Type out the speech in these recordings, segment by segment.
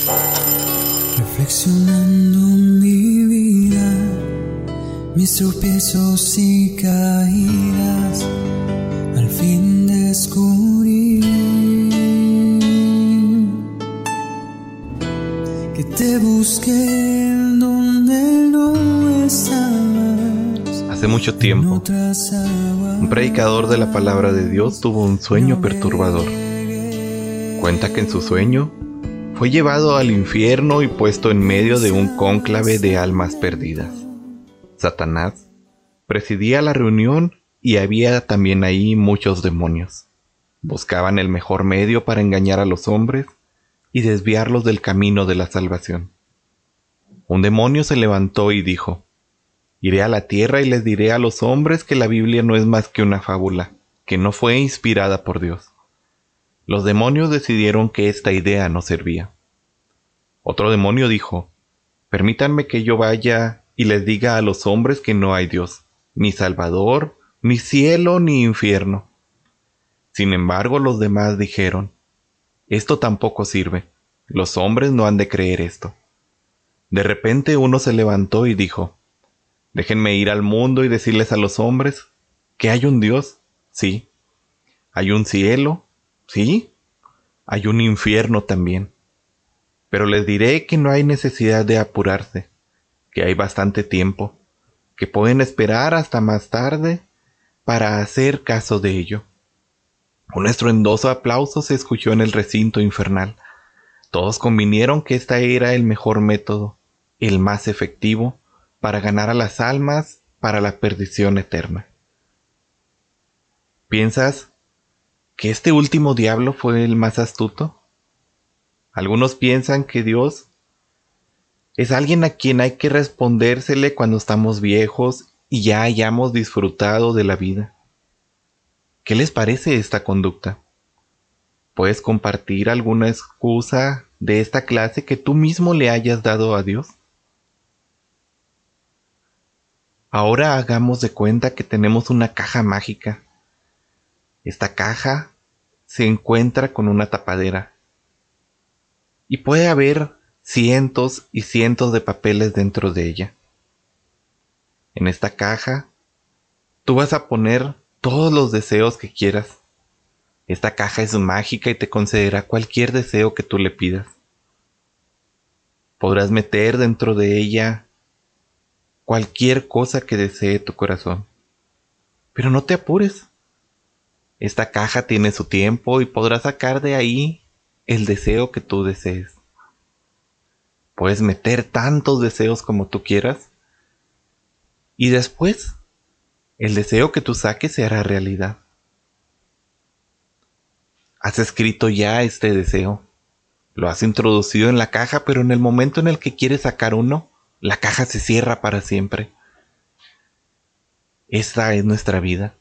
Reflexionando mi vida, mis tropiezos y caídas, al fin descubrí que te busqué donde no estabas. Hace mucho tiempo, un predicador de la palabra de Dios tuvo un sueño perturbador. Cuenta que en su sueño fue llevado al infierno y puesto en medio de un cónclave de almas perdidas. Satanás presidía la reunión y había también ahí muchos demonios. Buscaban el mejor medio para engañar a los hombres y desviarlos del camino de la salvación. Un demonio se levantó y dijo: «Iré a la tierra y les diré a los hombres que la Biblia no es más que una fábula, que no fue inspirada por Dios». Los demonios decidieron que esta idea no servía. Otro demonio dijo: «Permítanme que yo vaya y les diga a los hombres que no hay Dios, ni Salvador, ni cielo, ni infierno». Sin embargo, los demás dijeron: «Esto tampoco sirve. Los hombres no han de creer esto». De repente uno se levantó y dijo: «Déjenme ir al mundo y decirles a los hombres que hay un Dios, sí. Hay un cielo, sí. Hay un infierno también. Pero les diré que no hay necesidad de apurarse, que hay bastante tiempo, que pueden esperar hasta más tarde para hacer caso de ello». Un estruendoso aplauso se escuchó en el recinto infernal. Todos convinieron que este era el mejor método, el más efectivo, para ganar a las almas para la perdición eterna. ¿Piensas que este último diablo fue el más astuto? Algunos piensan que Dios es alguien a quien hay que respondérsele cuando estamos viejos y ya hayamos disfrutado de la vida. ¿Qué les parece esta conducta? ¿Puedes compartir alguna excusa de esta clase que tú mismo le hayas dado a Dios? Ahora hagamos de cuenta que tenemos una caja mágica. Esta caja se encuentra con una tapadera y puede haber cientos y cientos de papeles dentro de ella. En esta caja tú vas a poner todos los deseos que quieras. Esta caja es mágica y te concederá cualquier deseo que tú le pidas. Podrás meter dentro de ella cualquier cosa que desee tu corazón. Pero no te apures. Esta caja tiene su tiempo y podrás sacar de ahí el deseo que tú desees. Puedes meter tantos deseos como tú quieras y después el deseo que tú saques se hará realidad. Has escrito ya este deseo. Lo has introducido en la caja, pero en el momento en el que quieres sacar uno, la caja se cierra para siempre. Esta es nuestra vida.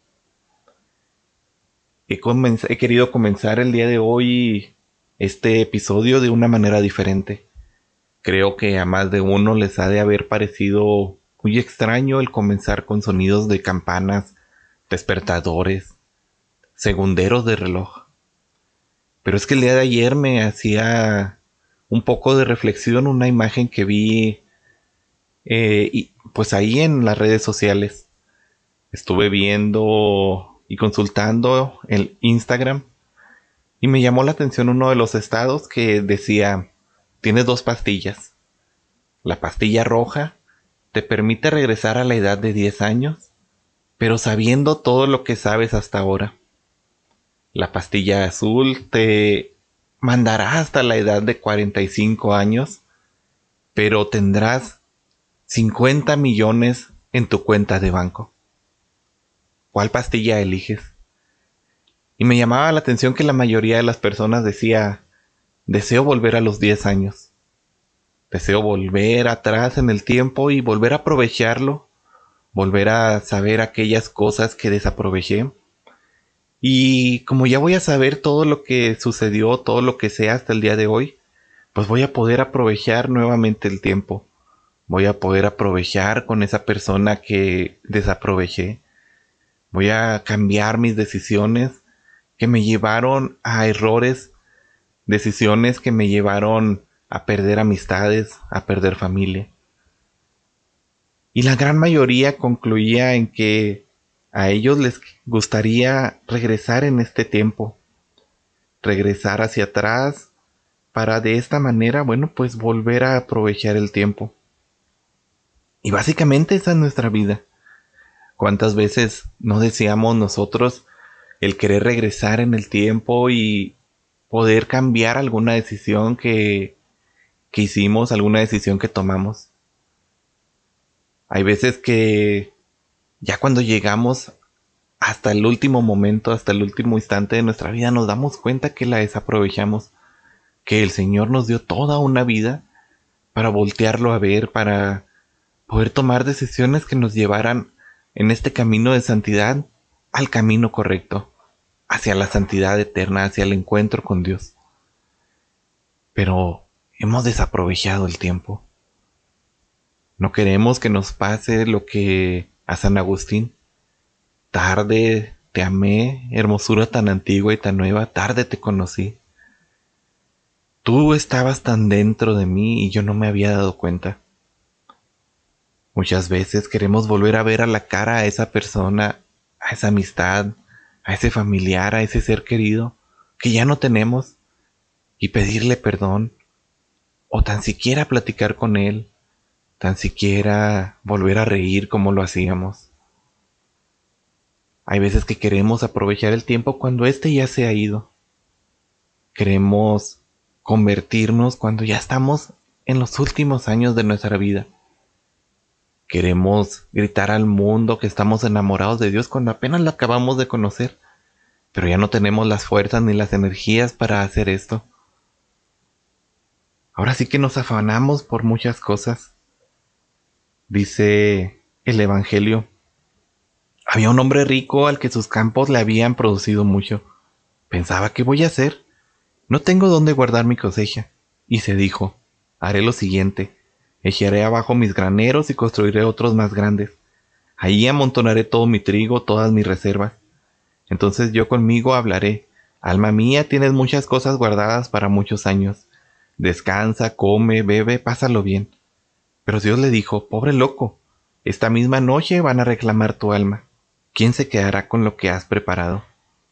He querido comenzar el día de hoy este episodio de una manera diferente. Creo que a más de uno les ha de haber parecido muy extraño el comenzar con sonidos de campanas, despertadores, segunderos de reloj. Pero es que el día de ayer me hacía un poco de reflexión una imagen que vi y pues ahí en las redes sociales. Estuve viendo y consultando el Instagram y me llamó la atención uno de los estados que decía: tienes 2 pastillas. La pastilla roja te permite regresar a la edad de 10 años, pero sabiendo todo lo que sabes hasta ahora. La pastilla azul te mandará hasta la edad de 45 años, pero tendrás 50 millones en tu cuenta de banco. ¿Cuál pastilla eliges? Y me llamaba la atención que la mayoría de las personas decía: deseo volver a los 10 años. Deseo volver atrás en el tiempo y volver a aprovecharlo, volver a saber aquellas cosas que desaproveché. Y como ya voy a saber todo lo que sucedió, todo lo que sé hasta el día de hoy, pues voy a poder aprovechar nuevamente el tiempo. Voy a poder aprovechar con esa persona que desaproveché. Voy a cambiar mis decisiones que me llevaron a errores, decisiones que me llevaron a perder amistades, a perder familia. Y la gran mayoría concluía en que a ellos les gustaría regresar en este tiempo, regresar hacia atrás para de esta manera, bueno, pues volver a aprovechar el tiempo. Y básicamente esa es nuestra vida. ¿Cuántas veces no deseamos nosotros el querer regresar en el tiempo y poder cambiar alguna decisión que hicimos, alguna decisión que tomamos? Hay veces que ya cuando llegamos hasta el último momento, hasta el último instante de nuestra vida, nos damos cuenta que la desaprovechamos, que el Señor nos dio toda una vida para voltearlo a ver, para poder tomar decisiones que nos llevaran en este camino de santidad al camino correcto, hacia la santidad eterna, hacia el encuentro con Dios. Pero hemos desaprovechado el tiempo. No queremos que nos pase lo que a San Agustín: tarde te amé, hermosura tan antigua y tan nueva, tarde te conocí. Tú estabas tan dentro de mí y yo no me había dado cuenta. Muchas veces queremos volver a ver a la cara a esa persona, a esa amistad, a ese familiar, a ese ser querido que ya no tenemos, y pedirle perdón, o tan siquiera platicar con él, tan siquiera volver a reír como lo hacíamos. Hay veces que queremos aprovechar el tiempo cuando éste ya se ha ido. Queremos convertirnos cuando ya estamos en los últimos años de nuestra vida. Queremos gritar al mundo que estamos enamorados de Dios cuando apenas lo acabamos de conocer, pero ya no tenemos las fuerzas ni las energías para hacer esto. Ahora sí que nos afanamos por muchas cosas. Dice el Evangelio: había un hombre rico al que sus campos le habían producido mucho. Pensaba, ¿qué voy a hacer? No tengo dónde guardar mi cosecha. Y se dijo: haré lo siguiente. Echaré abajo mis graneros y construiré otros más grandes. Allí amontonaré todo mi trigo, todas mis reservas. Entonces yo conmigo hablaré: alma mía, tienes muchas cosas guardadas para muchos años. Descansa, come, bebe, pásalo bien. Pero Dios le dijo: pobre loco, esta misma noche van a reclamar tu alma. ¿Quién se quedará con lo que has preparado?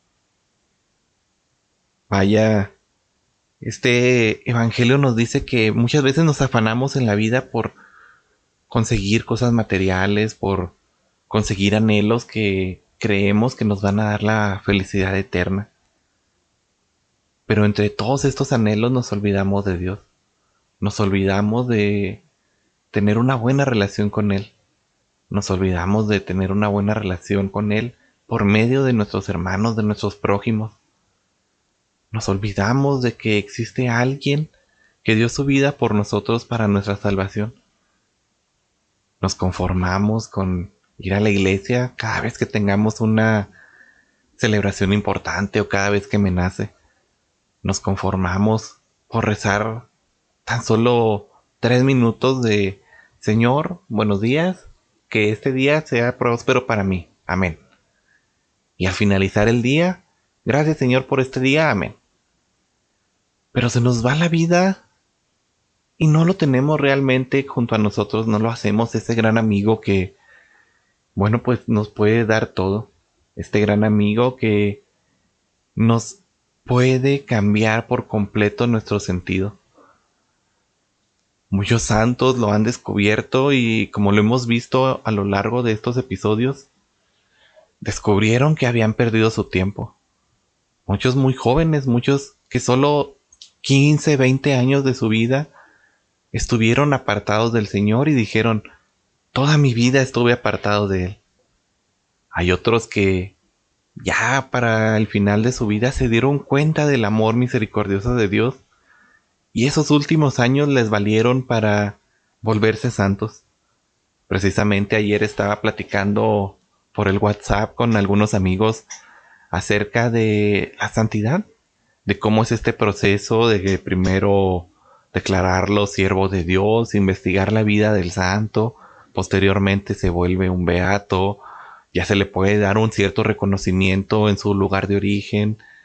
Vaya, este evangelio nos dice que muchas veces nos afanamos en la vida por conseguir cosas materiales, por conseguir anhelos que creemos que nos van a dar la felicidad eterna. Pero entre todos estos anhelos nos olvidamos de Dios. Nos olvidamos de tener una buena relación con Él. Nos olvidamos de tener una buena relación con Él por medio de nuestros hermanos, de nuestros prójimos. Nos olvidamos de que existe alguien que dio su vida por nosotros para nuestra salvación. Nos conformamos con ir a la iglesia cada vez que tengamos una celebración importante o cada vez que me nace. Nos conformamos por rezar tan solo 3 minutos de: Señor, buenos días, que este día sea próspero para mí, amén. Y al finalizar el día: gracias Señor por este día, amén. Pero se nos va la vida y no lo tenemos realmente junto a nosotros, no lo hacemos ese gran amigo que, bueno, pues nos puede dar todo. Este gran amigo que nos puede cambiar por completo nuestro sentido. Muchos santos lo han descubierto y, como lo hemos visto a lo largo de estos episodios, descubrieron que habían perdido su tiempo. Muchos muy jóvenes, muchos que solo 15, 20 años de su vida estuvieron apartados del Señor y dijeron: toda mi vida estuve apartado de Él. Hay otros que ya para el final de su vida se dieron cuenta del amor misericordioso de Dios, y esos últimos años les valieron para volverse santos. Precisamente ayer estaba platicando por el WhatsApp con algunos amigos acerca de la santidad, de cómo es este proceso de que primero declararlo siervo de Dios, investigar la vida del santo, posteriormente se vuelve un beato, ya se le puede dar un cierto reconocimiento en su lugar de origen,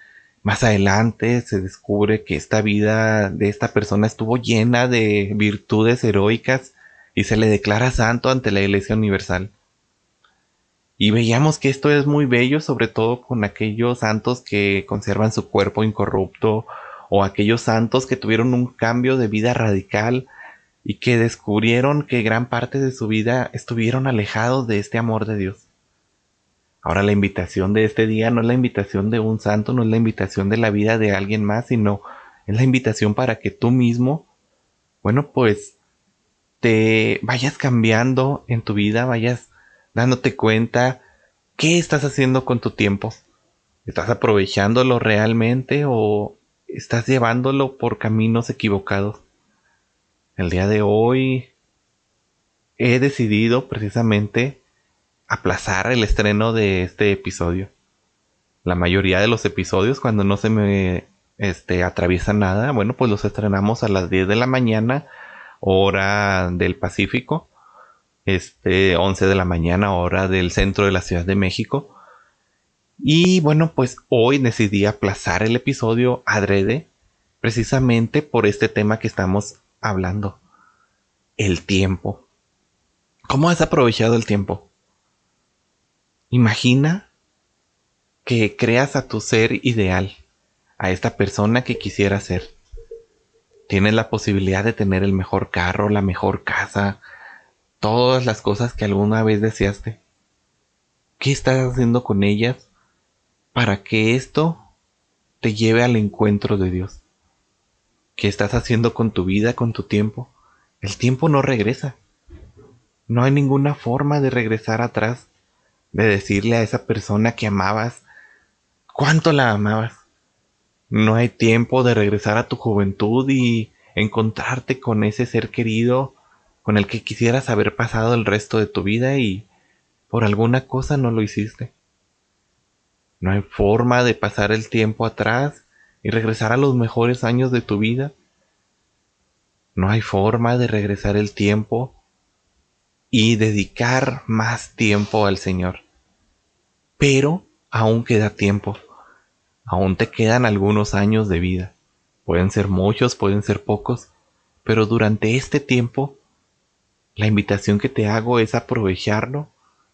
Más adelante se descubre que esta vida de esta persona estuvo llena de virtudes heroicas y se le declara santo ante la Iglesia Universal. Y veíamos que esto es muy bello, sobre todo con aquellos santos que conservan su cuerpo incorrupto o aquellos santos que tuvieron un cambio de vida radical y que descubrieron que gran parte de su vida estuvieron alejados de este amor de Dios. Ahora la invitación de este día no es la invitación de un santo, no es la invitación de la vida de alguien más, sino es la invitación para que tú mismo, bueno, pues te vayas cambiando en tu vida, vayas dándote cuenta qué estás haciendo con tu tiempo. ¿Estás aprovechándolo realmente o estás llevándolo por caminos equivocados? El día de hoy he decidido precisamente aplazar el estreno de este episodio. La mayoría de los episodios, cuando no se me atraviesa nada, bueno, pues los estrenamos a las 10 de la mañana, hora del Pacífico, 11 de la mañana, hora del centro de la Ciudad de México. Y bueno, pues hoy decidí aplazar el episodio adrede, precisamente por este tema que estamos hablando, el tiempo. ¿Cómo has aprovechado el tiempo? Imagina que creas a tu ser ideal, a esta persona que quisieras ser. Tienes la posibilidad de tener el mejor carro, la mejor casa, todas las cosas que alguna vez deseaste. ¿Qué estás haciendo con ellas para que esto te lleve al encuentro de Dios? ¿Qué estás haciendo con tu vida, con tu tiempo? El tiempo no regresa. No hay ninguna forma de regresar atrás, de decirle a esa persona que amabas cuánto la amabas. No hay tiempo de regresar a tu juventud y encontrarte con ese ser querido con el que quisieras haber pasado el resto de tu vida y por alguna cosa no lo hiciste. No hay forma de pasar el tiempo atrás y regresar a los mejores años de tu vida. No hay forma de regresar el tiempo y dedicar más tiempo al Señor. Pero aún queda tiempo. Aún te quedan algunos años de vida. Pueden ser muchos, pueden ser pocos, pero durante este tiempo, la invitación que te hago es aprovecharlo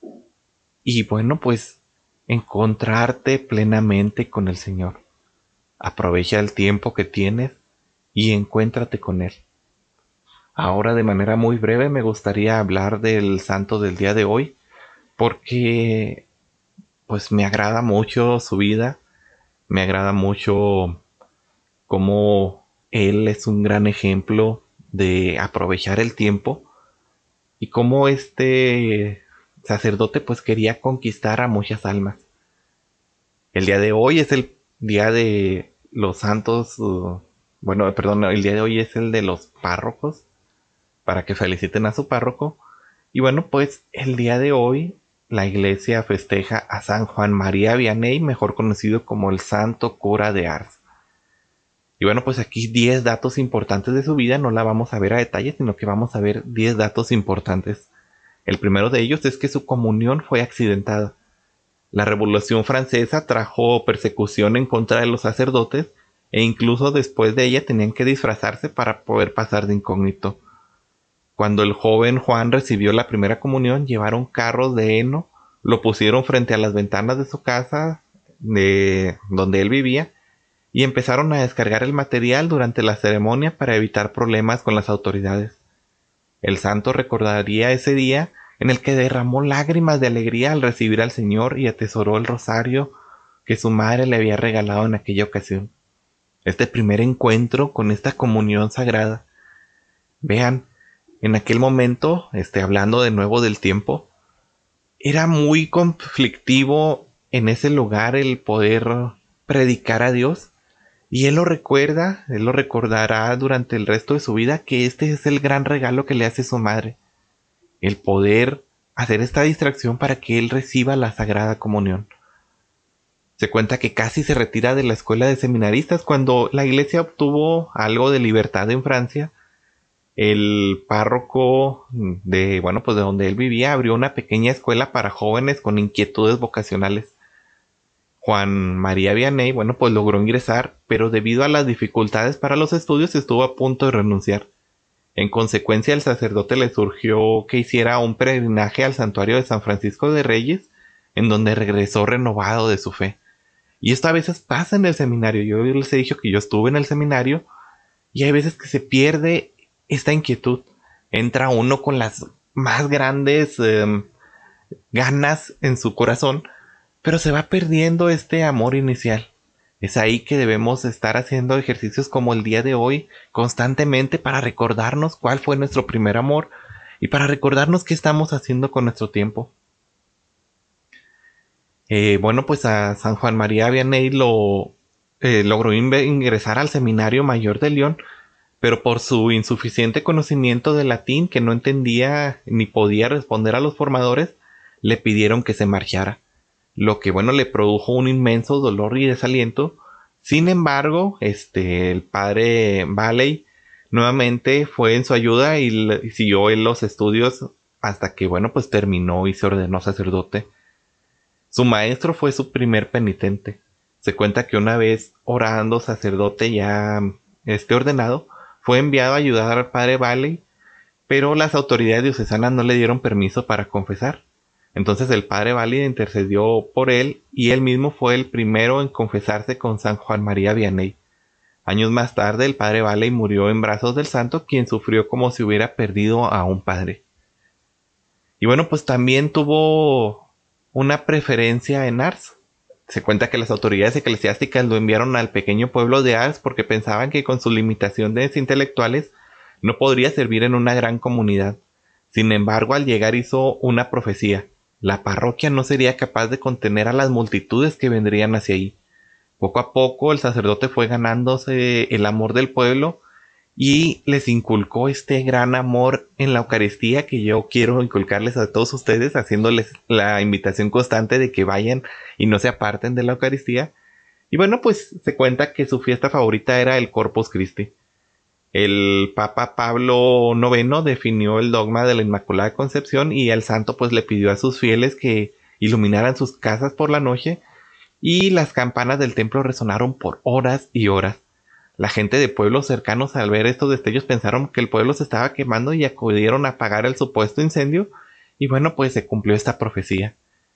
y bueno, pues encontrarte plenamente con el Señor. Aprovecha el tiempo que tienes y encuéntrate con Él. Ahora, de manera muy breve, me gustaría hablar del santo del día de hoy, porque pues me agrada mucho su vida, me agrada mucho cómo él es un gran ejemplo de aprovechar el tiempo y cómo este sacerdote pues quería conquistar a muchas almas. El día de hoy es el día de los santos, el día de hoy es el de los párrocos, para que feliciten a su párroco. Y bueno, pues el día de hoy la iglesia festeja a San Juan María Vianney, mejor conocido como el Santo Cura de Ars. Y bueno, pues aquí 10 datos importantes de su vida, no la vamos a ver a detalle, sino que vamos a ver 10 datos importantes. El primero de ellos es que su comunión fue accidentada. La Revolución Francesa trajo persecución en contra de los sacerdotes e incluso después de ella tenían que disfrazarse para poder pasar de incógnito. Cuando el joven Juan recibió la primera comunión, llevaron carros de heno, lo pusieron frente a las ventanas de su casa, de donde él vivía, y empezaron a descargar el material durante la ceremonia para evitar problemas con las autoridades. El santo recordaría ese día en el que derramó lágrimas de alegría al recibir al Señor y atesoró el rosario que su madre le había regalado en aquella ocasión. Este primer encuentro con esta comunión sagrada. Vean, en aquel momento, hablando de nuevo del tiempo, era muy conflictivo en ese lugar el poder predicar a Dios. Y él lo recordará durante el resto de su vida que este es el gran regalo que le hace su madre. El poder hacer esta distracción para que él reciba la Sagrada Comunión. Se cuenta que casi se retira de la escuela de seminaristas cuando la iglesia obtuvo algo de libertad en Francia. El párroco de donde él vivía abrió una pequeña escuela para jóvenes con inquietudes vocacionales. Juan María Vianney, bueno, pues logró ingresar, pero debido a las dificultades para los estudios estuvo a punto de renunciar. En consecuencia, el sacerdote le surgió que hiciera un peregrinaje al santuario de San Francisco de Reyes, en donde regresó renovado de su fe. Y esto a veces pasa en el seminario. Yo les he dicho que yo estuve en el seminario y hay veces que se pierde esta inquietud. Entra uno con las más grandes ganas en su corazón, pero se va perdiendo este amor inicial. Es ahí que debemos estar haciendo ejercicios como el día de hoy constantemente para recordarnos cuál fue nuestro primer amor y para recordarnos qué estamos haciendo con nuestro tiempo. Bueno, pues a San Juan María Vianney logró ingresar al Seminario Mayor de León, pero por su insuficiente conocimiento de latín, que no entendía ni podía responder a los formadores, le pidieron que se marchara, lo que bueno le produjo un inmenso dolor y desaliento. Sin embargo, el padre Valley nuevamente fue en su ayuda y siguió en los estudios hasta que bueno pues terminó y se ordenó sacerdote. Su maestro fue su primer penitente. Se cuenta que una vez orando sacerdote ya ordenado, fue enviado a ayudar al padre Valley, pero las autoridades diocesanas no le dieron permiso para confesar. Entonces el padre Valley intercedió por él y él mismo fue el primero en confesarse con San Juan María Vianney. Años más tarde el padre Valley murió en brazos del santo, quien sufrió como si hubiera perdido a un padre. Y bueno, pues también tuvo una preferencia en Ars. Se cuenta que las autoridades eclesiásticas lo enviaron al pequeño pueblo de Ars porque pensaban que con sus limitaciones intelectuales no podría servir en una gran comunidad. Sin embargo, al llegar hizo una profecía. La parroquia no sería capaz de contener a las multitudes que vendrían hacia ahí. Poco a poco el sacerdote fue ganándose el amor del pueblo y les inculcó este gran amor en la Eucaristía que yo quiero inculcarles a todos ustedes, haciéndoles la invitación constante de que vayan y no se aparten de la Eucaristía. Y bueno, pues se cuenta que su fiesta favorita era el Corpus Christi. El Papa Pablo IX definió el dogma de la Inmaculada Concepción y el santo pues le pidió a sus fieles que iluminaran sus casas por la noche y las campanas del templo resonaron por horas y horas. La gente de pueblos cercanos al ver estos destellos pensaron que el pueblo se estaba quemando y acudieron a apagar el supuesto incendio y bueno pues se cumplió esta profecía.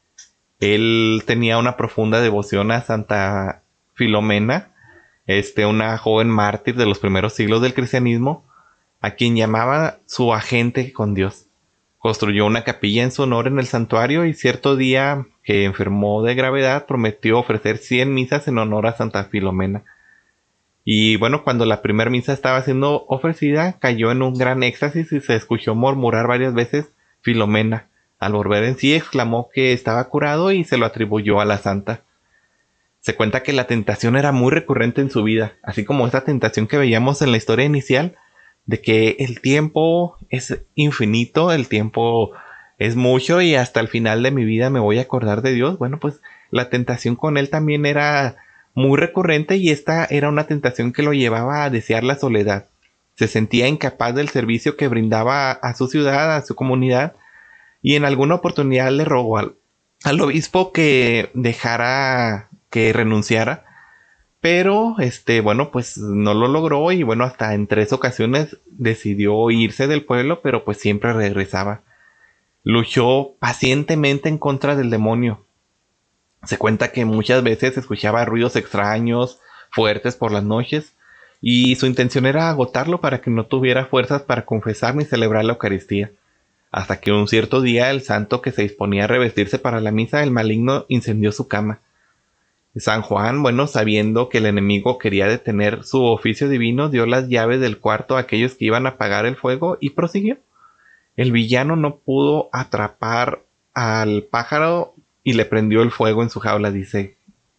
Él tenía una profunda devoción a Santa Filomena, una joven mártir de los primeros siglos del cristianismo, a quien llamaba su agente con Dios. Construyó una capilla en su honor en el santuario y cierto día que enfermó de gravedad prometió ofrecer 100 misas en honor a Santa Filomena. Y bueno, cuando la primera misa estaba siendo ofrecida, cayó en un gran éxtasis y se escuchó murmurar varias veces Filomena. Al volver en sí exclamó que estaba curado y se lo atribuyó a la santa. Se cuenta que la tentación era muy recurrente en su vida, así como esta tentación que veíamos en la historia inicial, de que el tiempo es infinito, el tiempo es mucho y hasta el final de mi vida me voy a acordar de Dios. Bueno, pues la tentación con él también era muy recurrente y esta era una tentación que lo llevaba a desear la soledad. Se sentía incapaz del servicio que brindaba a su ciudad, a su comunidad, y en alguna oportunidad le rogó al obispo que dejara, que renunciara, pero bueno pues no lo logró y bueno hasta en 3 ocasiones decidió irse del pueblo, pero pues siempre regresaba. Luchó pacientemente en contra del demonio. Se cuenta que muchas veces escuchaba ruidos extraños, fuertes por las noches, y su intención era agotarlo para que no tuviera fuerzas para confesar ni celebrar la Eucaristía. Hasta que un cierto día el santo que se disponía a revestirse para la misa, el maligno incendió su cama. San Juan, bueno, sabiendo que el enemigo quería detener su oficio divino, dio las llaves del cuarto a aquellos que iban a apagar el fuego y prosiguió. El villano no pudo atrapar al pájaro y le prendió el fuego en su jaula, dice.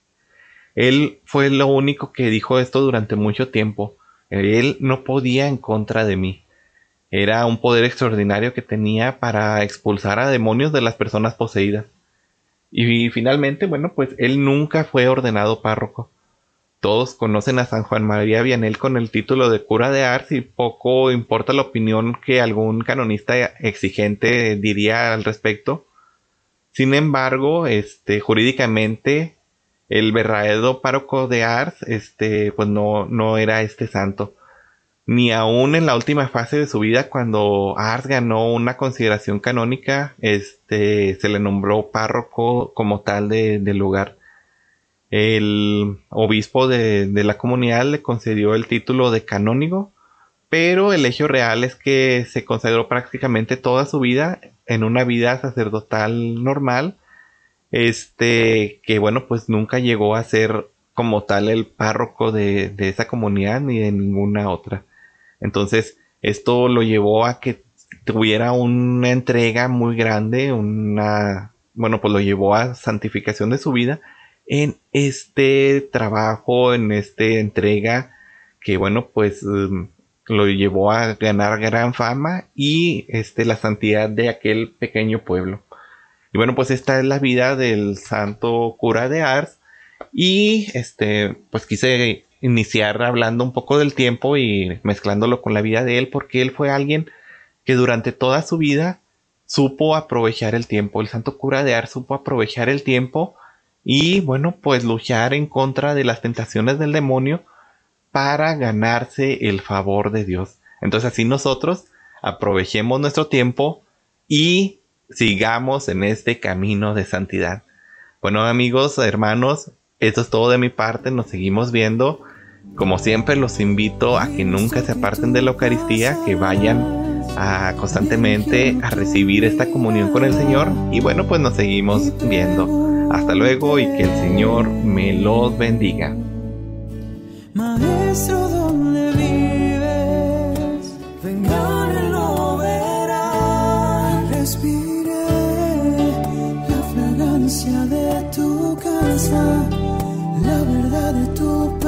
Él fue lo único que dijo esto durante mucho tiempo. Él no podía en contra de mí. Era un poder extraordinario que tenía para expulsar a demonios de las personas poseídas. Y finalmente, bueno, pues él nunca fue ordenado párroco. Todos conocen a San Juan María Vianney con el título de cura de Ars y poco importa la opinión que algún canonista exigente diría al respecto. Sin embargo, jurídicamente el verdadero párroco de Ars, pues no era este santo. Ni aún en la última fase de su vida, cuando Ars ganó una consideración canónica, se le nombró párroco como tal del lugar. El obispo de la comunidad le concedió el título de canónigo, pero el hecho real es que se consagró prácticamente toda su vida en una vida sacerdotal normal, que bueno, pues nunca llegó a ser como tal el párroco de esa comunidad ni de ninguna otra. Entonces, esto lo llevó a que tuviera una entrega muy grande, bueno, pues lo llevó a santificación de su vida en este trabajo, en esta entrega, que bueno, pues lo llevó a ganar gran fama y la santidad de aquel pequeño pueblo. Y bueno, pues esta es la vida del santo cura de Ars. Y pues quise iniciar hablando un poco del tiempo y mezclándolo con la vida de él, porque él fue alguien que durante toda su vida supo aprovechar el tiempo. El santo cura de Ars supo aprovechar el tiempo y bueno, pues luchar en contra de las tentaciones del demonio para ganarse el favor de Dios. Entonces así nosotros aprovechemos nuestro tiempo y sigamos en este camino de santidad. Bueno, amigos, hermanos, esto es todo de mi parte. Nos seguimos viendo. Como siempre, los invito a que nunca se aparten de la Eucaristía, que vayan constantemente a recibir esta comunión con el Señor. Y bueno, pues nos seguimos viendo. Hasta luego y que el Señor me los bendiga. Maestro, ¿dónde vives? Vengan, lo verán. Respiré la fragancia de tu casa, la verdad de tu